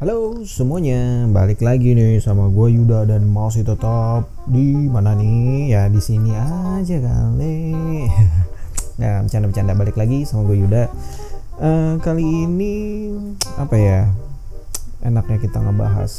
Halo semuanya, balik lagi nih sama gue Yuda dan masih tetap di mana nih? Ya di sini aja kali. Nah, bercanda-bercanda balik lagi sama gue Yuda. Kali ini apa ya? Enaknya kita ngebahas,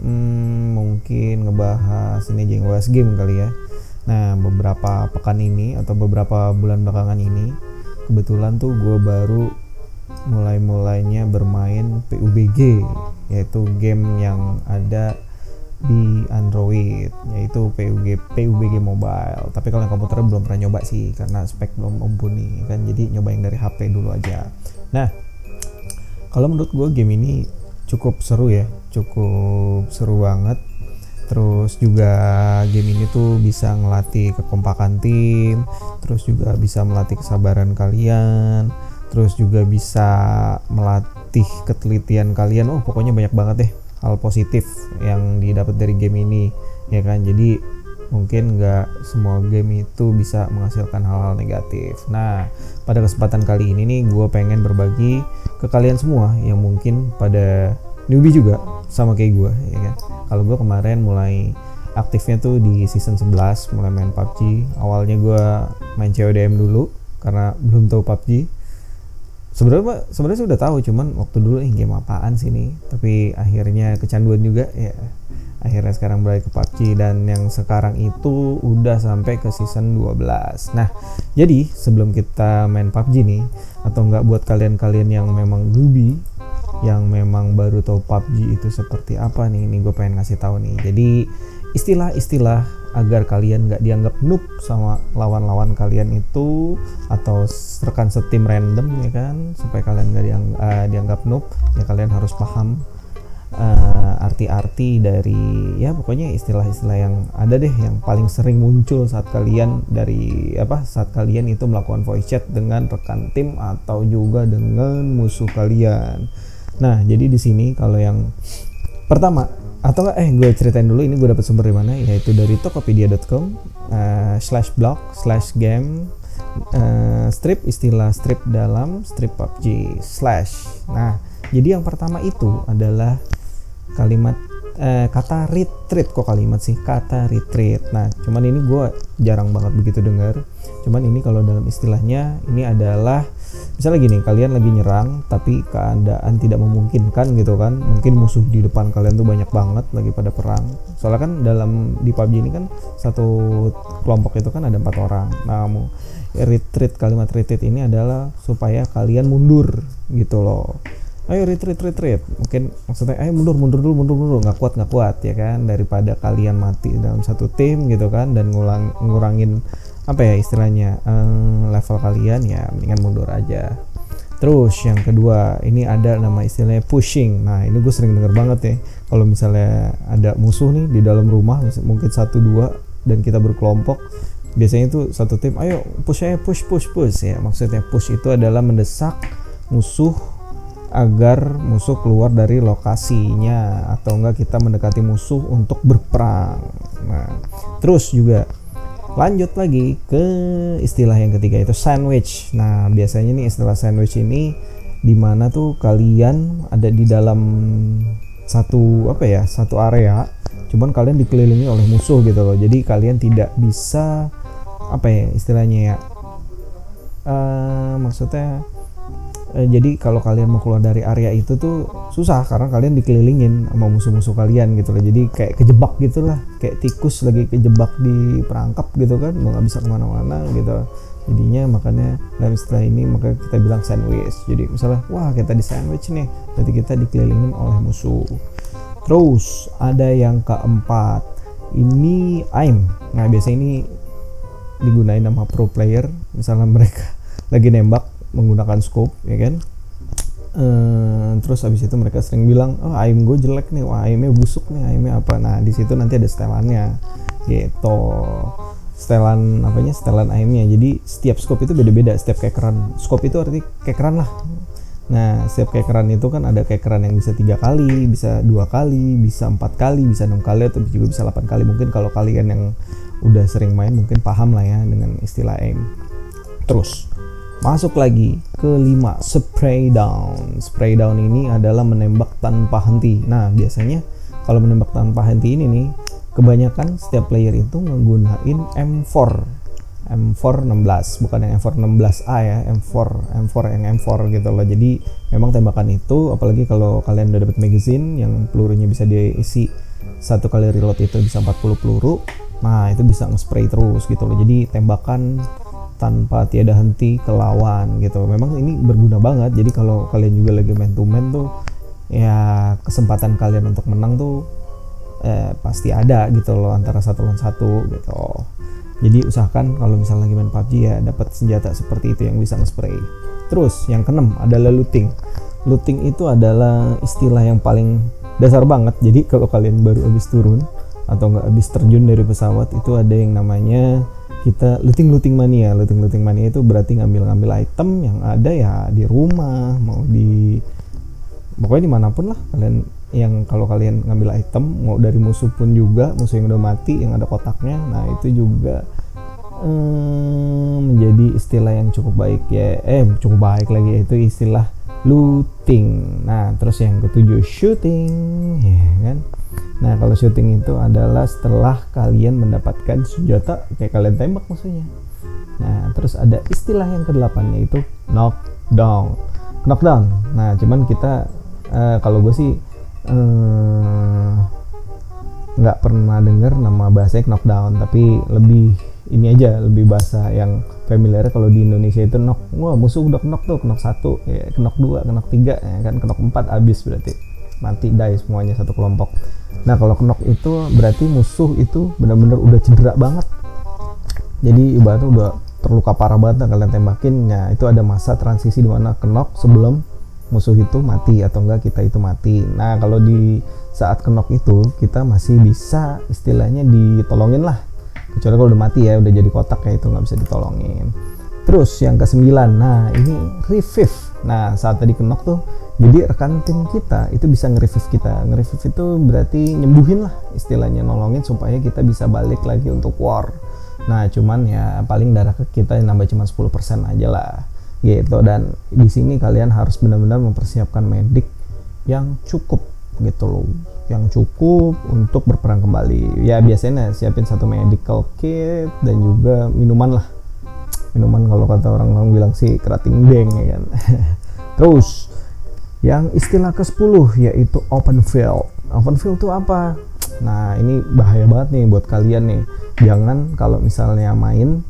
mungkin ngebahas ini aja, ngebahas game kali ya. Nah, beberapa pekan ini atau beberapa bulan belakangan ini, kebetulan tuh gue baru mulainya bermain PUBG, yaitu game yang ada di Android, yaitu PUBG Mobile. Tapi kalau yang komputer belum pernah nyoba sih karena spek belum mumpuni kan, jadi nyoba yang dari HP dulu aja. Nah, kalau menurut gue game ini cukup seru ya, cukup seru banget. Terus juga game ini tuh bisa ngelatih kekompakan tim, terus juga bisa melatih kesabaran kalian, terus juga bisa melatih ketelitian kalian. Oh, pokoknya banyak banget deh hal positif yang didapat dari game ini, ya kan. Jadi mungkin nggak semua game itu bisa menghasilkan hal-hal negatif. Nah, pada kesempatan kali ini nih gue pengen berbagi ke kalian semua yang mungkin pada newbie juga sama kayak gue, ya kan. Kalau gue kemarin mulai aktifnya tuh di season 11, mulai main PUBG. Awalnya gue main CODM dulu karena belum tahu PUBG. Sebenarnya sih udah tahu, cuman waktu dulu game apaan sih nih. Tapi akhirnya kecanduan juga ya. Akhirnya sekarang balik ke PUBG, dan yang sekarang itu udah sampai ke season 12. Nah, jadi sebelum kita main PUBG nih, atau enggak buat kalian-kalian yang memang newbie, yang memang baru tahu PUBG itu seperti apa nih, ini gue pengen ngasih tahu nih. Jadi istilah-istilah agar kalian nggak dianggap noob sama lawan-lawan kalian itu, atau rekan setim random, ya kan, supaya kalian nggak dianggap noob, ya kalian harus paham arti-arti dari, ya pokoknya istilah-istilah yang ada deh, yang paling sering muncul saat kalian saat kalian itu melakukan voice chat dengan rekan tim atau juga dengan musuh kalian. Nah, jadi di sini kalau yang pertama, atau gue ceritain dulu, ini gue dapat sumber di mana, yaitu dari tokopedia.com /blog/game istilah strip dalam strip PUBG /. Nah, jadi yang pertama itu adalah kalimat kata retreat. Kata retreat. Nah, cuman ini gue jarang banget begitu dengar. Cuman ini kalau dalam istilahnya ini adalah misalnya gini, kalian lagi nyerang tapi keadaan tidak memungkinkan gitu kan, mungkin musuh di depan kalian tuh banyak banget lagi pada perang. Soalnya kan di PUBG ini kan satu kelompok itu kan ada 4 orang. Nah, kalimat retreat ini adalah supaya kalian mundur gitu loh. Ayo retreat, mungkin maksudnya ayo mundur dulu, nggak kuat ya kan, daripada kalian mati dalam satu tim gitu kan, dan ngurangin apa ya istilahnya level kalian, ya mendingan mundur aja. Terus yang kedua, ini ada nama istilahnya pushing. Nah, ini gue sering denger banget ya, kalau misalnya ada musuh nih di dalam rumah, mungkin 1-2 dan kita berkelompok, biasanya itu satu tim ayo push ya. Maksudnya push itu adalah mendesak musuh agar musuh keluar dari lokasinya, atau enggak kita mendekati musuh untuk berperang. Nah, terus juga lanjut lagi ke istilah yang ketiga, itu sandwich. Nah, biasanya nih istilah sandwich ini dimana tuh kalian ada di dalam satu area, cuman kalian dikelilingi oleh musuh gitu loh. Jadi kalian tidak bisa istilahnya ya, maksudnya jadi kalau kalian mau keluar dari area itu tuh susah karena kalian dikelilingin sama musuh-musuh kalian gitu loh. Jadi kayak kejebak gitulah, kayak tikus lagi kejebak di perangkap gitu kan, mau nggak bisa kemana-mana gitu. Jadinya makanya dalam istilah ini maka kita bilang sandwich. Jadi misalnya wah kita di sandwich nih, berarti kita dikelilingin oleh musuh. Terus ada yang keempat, ini aim. Nah, biasanya ini digunain sama pro player, misalnya mereka lagi nembak menggunakan scope, ya kan. Terus habis itu mereka sering bilang, oh aim gue jelek nih, wah aimnya busuk nih, aimnya apa. Nah, di situ nanti ada setelannya gitu, setelan aimnya. Jadi setiap scope itu beda-beda, setiap kekeran scope itu arti kekeran lah. Nah, setiap kekeran itu kan ada kekeran yang bisa 3 kali, bisa 2 kali, bisa 4 kali, bisa 6 kali, atau juga bisa 8 kali. Mungkin kalau kalian yang udah sering main mungkin paham lah ya dengan istilah aim. Terus Masuk lagi ke 5, spray down. Spray down ini adalah menembak tanpa henti. Nah, biasanya kalau menembak tanpa henti ini nih, kebanyakan setiap player itu ngegunain M4 16, bukan yang M4 16A ya, M4 yang M4 gitu loh. Jadi memang tembakan itu, apalagi kalau kalian udah dapat magazine yang pelurunya bisa diisi satu kali reload itu bisa 40 peluru. Nah, itu bisa nge-spray terus gitu loh. Jadi tembakan tanpa tiada henti ke lawan gitu. Memang ini berguna banget. Jadi kalau kalian juga lagi main to man tuh, ya kesempatan kalian untuk menang tuh pasti ada gitu loh, antara satu lawan satu gitu. Jadi usahakan kalau misalnya lagi main PUBG ya dapat senjata seperti itu yang bisa nge-spray. Terus yang keenam adalah looting. Looting itu adalah istilah yang paling dasar banget. Jadi kalau kalian baru habis turun atau nggak habis terjun dari pesawat, itu ada yang namanya kita looting mania. Looting mania itu berarti ngambil item yang ada ya di rumah, mau di pokoknya dimanapun lah kalian. Yang kalau kalian ngambil item mau dari musuh pun juga, musuh yang udah mati yang ada kotaknya, nah itu juga menjadi istilah yang cukup baik ya, cukup baik lagi, yaitu istilah looting. Nah terus yang ketujuh, shooting ya kan. Nah kalau shooting itu adalah setelah kalian mendapatkan senjata kayak kalian tembak musuhnya. Nah terus ada istilah yang kedelapan, yaitu knockdown. Nah cuman kita kalau gue sih nggak pernah dengar nama bahasanya knockdown, tapi lebih ini aja, lebih bahasa yang familiar kalau di Indonesia itu wah musuh udah knock tuh, knock 1 ya, knock 2, knock 3 ya kan, knock 4 habis berarti mati, die semuanya satu kelompok. Nah kalau knock itu berarti musuh itu benar-benar udah cedera banget, jadi ibaratnya udah terluka parah banget kalian tembakin. Nah itu ada masa transisi di mana knock sebelum musuh itu mati atau enggak kita itu mati. Nah kalau di saat knock itu kita masih bisa istilahnya ditolongin lah, kecuali kalau udah mati ya, udah jadi kotak kayak itu nggak bisa ditolongin. Terus yang ke-9, nah ini revive. Nah saat tadi knock tuh, jadi rekan tim kita itu bisa nge-revive kita. Nge-revive itu berarti nyembuhin lah istilahnya, nolongin supaya kita bisa balik lagi untuk war. Nah cuman ya paling darah kita nambah cuma 10% aja lah gitu. Dan di sini kalian harus benar-benar mempersiapkan medik yang cukup gitu loh, yang cukup untuk berperang kembali. Ya biasanya siapin satu medical kit dan juga minuman lah, minuman kalau kata orang bilang sih kerating deng ya kan. Terus yang istilah ke-10 yaitu open field. Open field itu apa? Nah ini bahaya banget nih buat kalian nih. Jangan kalau misalnya main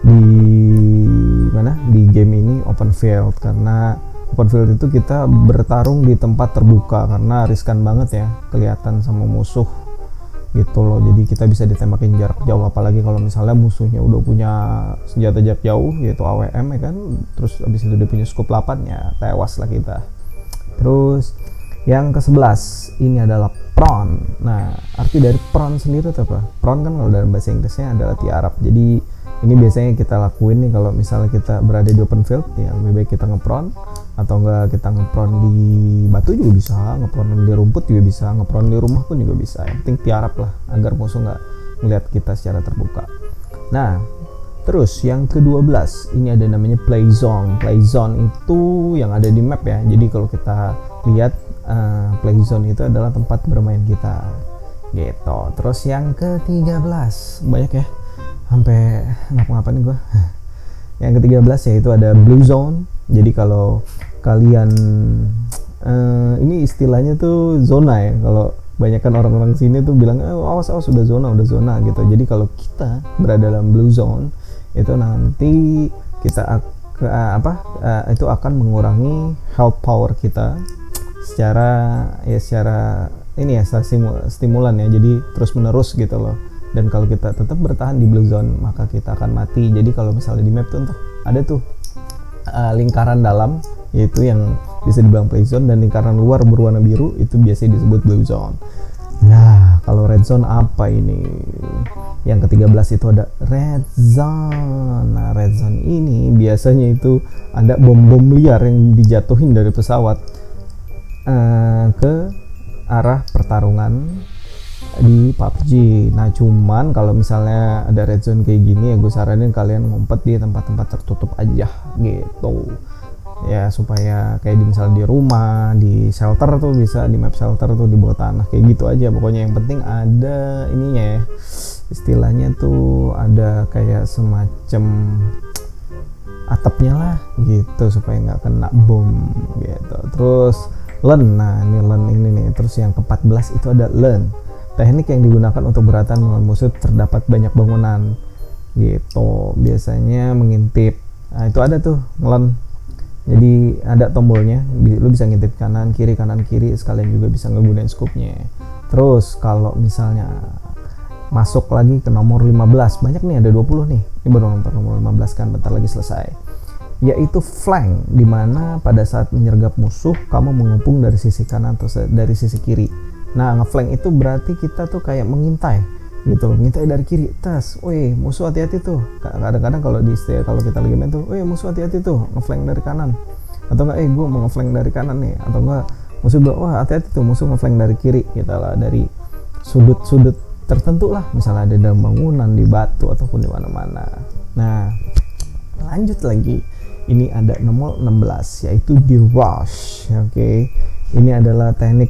di game ini open field, karena open field itu kita bertarung di tempat terbuka karena riskan banget ya kelihatan sama musuh gitu loh. Jadi kita bisa ditembakin jarak jauh, apalagi kalau misalnya musuhnya udah punya senjata jarak jauh yaitu AWM ya kan, terus abis itu dia punya scope 8 ya tewas lah kita. Terus yang ke-11 ini adalah prawn. Nah arti dari prawn sendiri itu apa? Prawn kan kalau dalam bahasa Inggrisnya adalah tiarap. Jadi ini biasanya kita lakuin nih kalau misalnya kita berada di open field, ya lebih baik kita ngepron, atau enggak kita ngepron di batu juga bisa, ngepron di rumput juga bisa, ngepron di rumah pun juga bisa. Yang penting tiarap lah agar musuh nggak melihat kita secara terbuka. Nah terus yang ke-12 ini ada namanya play zone. Play zone itu yang ada di map ya. Jadi kalau kita lihat play zone itu adalah tempat bermain kita gitu. Terus yang ke-13 banyak ya, sampai ngapa-ngapain gue. Yang ke-13 yaitu ada blue zone. Jadi kalau kalian ini istilahnya tuh zona ya. Kalau banyakkan orang-orang sini tuh bilang awas udah zona gitu. Jadi kalau kita berada dalam blue zone itu nanti kita itu akan mengurangi health power kita secara ini ya, stimulan ya. Jadi terus menerus gitu loh. Dan kalau kita tetap bertahan di blue zone maka kita akan mati. Jadi kalau misalnya di map tuh ada tuh lingkaran dalam, yaitu yang bisa dibilang play zone, dan lingkaran luar berwarna biru itu biasanya disebut blue zone. Nah kalau red zone apa ini? Yang ke-13 itu ada red zone. Nah red zone ini biasanya itu ada bom-bom liar yang dijatuhin dari pesawat ke arah pertarungan di PUBG. Nah cuman kalau misalnya ada red zone kayak gini ya gue saranin kalian ngumpet di tempat-tempat tertutup aja gitu ya, supaya kayak di misalnya di rumah, di shelter tuh bisa, di map shelter tuh di bawah tanah kayak gitu aja. Pokoknya yang penting ada ininya ya, istilahnya tuh ada kayak semacam atapnya lah gitu supaya nggak kena bom gitu. Terus learn, nah ini learn ini nih. Terus yang ke-14 itu ada learn, teknik yang digunakan untuk beratan dengan musuh terdapat banyak bangunan gitu, biasanya mengintip. Nah itu ada tuh learn, jadi ada tombolnya, lu bisa ngintip kanan kiri sekalian juga bisa ngegunain scope-nya. Terus kalau misalnya masuk lagi ke nomor 15, banyak nih, ada 20 nih, ini baru nomor 15 kan, bentar lagi selesai, yaitu flank, dimana pada saat menyergap musuh kamu mengepung dari sisi kanan atau dari sisi kiri. Nah ngeflank itu berarti kita tuh kayak mengintai gitu loh, mengintai dari kiri, woi musuh hati-hati tuh. Kadang-kadang kalau kita lagi main tuh, woi musuh hati-hati tuh, ngeflank dari kanan, atau enggak gue mau ngeflank dari kanan nih, atau enggak musuh bilang wah hati-hati tuh musuh ngeflank dari kiri gitu lah, dari sudut-sudut tertentu lah, misalnya ada dalam bangunan, di batu ataupun di mana-mana. Nah lanjut lagi, ini ada nomor 16 yaitu di rush. Oke. Ini adalah teknik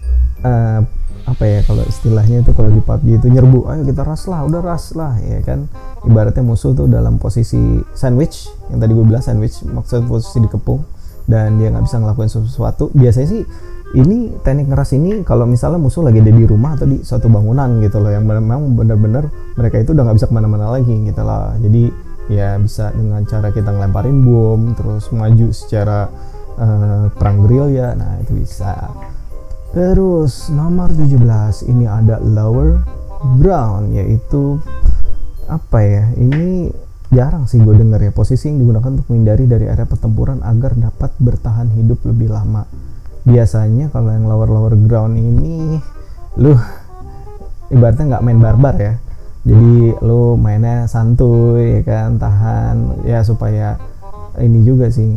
apa ya, kalau istilahnya itu kalau di PUBG itu nyerbu, ayo kita rush lah, udah rush lah ya kan, ibaratnya musuh tuh dalam posisi sandwich, yang tadi gue bilang sandwich maksud posisi dikepung dan dia nggak bisa ngelakuin sesuatu. Biasanya sih ini teknik ngeras ini kalau misalnya musuh lagi ada di rumah atau di suatu bangunan gitu loh, yang memang benar-benar mereka itu udah nggak bisa kemana-mana lagi gitu loh. Jadi ya bisa dengan cara kita ngelemparin bom, terus maju secara perang gerilya, nah itu bisa. Terus nomor 17 ini ada lower ground, yaitu apa ya, ini jarang sih gue denger ya, posisi yang digunakan untuk menghindari dari area pertempuran agar dapat bertahan hidup lebih lama. Biasanya kalau yang lower ground ini lu ibaratnya nggak main barbar ya, jadi lu mainnya santuy ya kan, tahan ya, supaya ini juga sih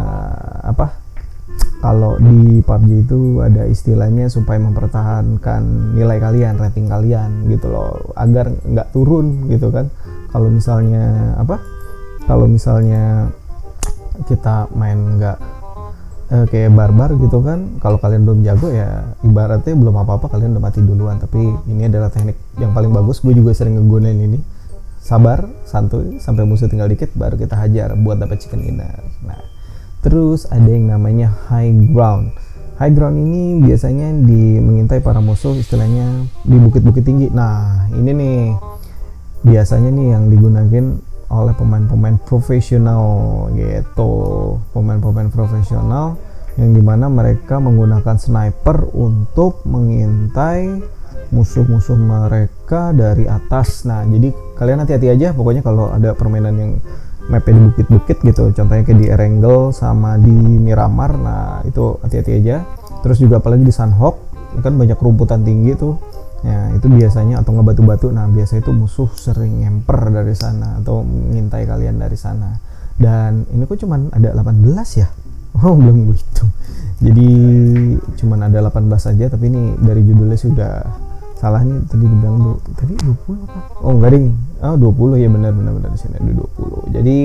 kalau di PUBG itu ada istilahnya supaya mempertahankan nilai kalian, rating kalian gitu loh, agar nggak turun gitu kan. Kalau misalnya kalau misalnya kita main nggak kayak barbar gitu kan, kalau kalian belum jago ya ibaratnya belum apa-apa kalian udah mati duluan. Tapi ini adalah teknik yang paling bagus, gue juga sering ngegunain ini. Sabar, santuy sampai musuh tinggal dikit baru kita hajar buat dapat chicken dinner. Nah terus ada yang namanya high ground. High ground ini biasanya mengintai para musuh, istilahnya di bukit-bukit tinggi. Nah ini nih biasanya nih yang digunakan oleh pemain-pemain profesional gitu, pemain-pemain profesional yang dimana mereka menggunakan sniper untuk mengintai musuh-musuh mereka dari atas. Nah jadi kalian hati-hati aja pokoknya kalau ada permainan yang mapnya di bukit-bukit gitu, contohnya kayak di Erangel sama di Miramar, nah itu hati-hati aja. Terus juga apalagi di Sanhok kan banyak rumputan tinggi tuh, ya itu biasanya, atau nggak batu-batu, nah biasa itu musuh sering ngemper dari sana atau mengintai kalian dari sana. Dan ini kok cuman ada 18 ya, oh belum gue hitung, jadi cuman ada 18 aja, tapi ini dari judulnya sudah salah nih, tadi dibilang tadi 20 apa? Oh enggak ding, 20 ya, benar di sini ada 20. Jadi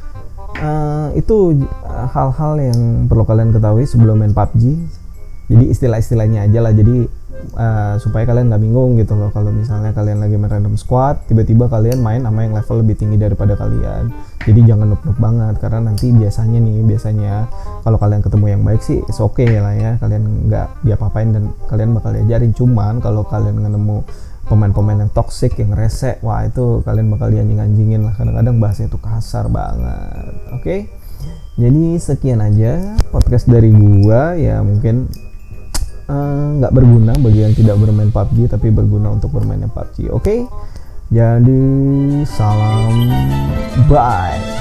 itu hal-hal yang perlu kalian ketahui sebelum main PUBG. Jadi istilah-istilahnya aja lah, jadi supaya kalian nggak bingung gitu loh. Kalau misalnya kalian lagi main random squad, tiba-tiba kalian main sama yang level lebih tinggi daripada kalian, jadi jangan noob-noob banget, karena nanti biasanya kalau kalian ketemu yang baik sih it's okay lah ya, kalian nggak diapa-apain dan kalian bakal diajarin. Cuman kalau kalian ketemu pemain-pemain yang toxic, yang rese, wah itu kalian bakal dianjing-anjingin lah, kadang-kadang bahasanya itu kasar banget. Oke? Jadi sekian aja podcast dari gua ya, mungkin nggak berguna bagi yang tidak bermain PUBG, tapi berguna untuk bermainnya PUBG. Oke? Jadi salam, bye.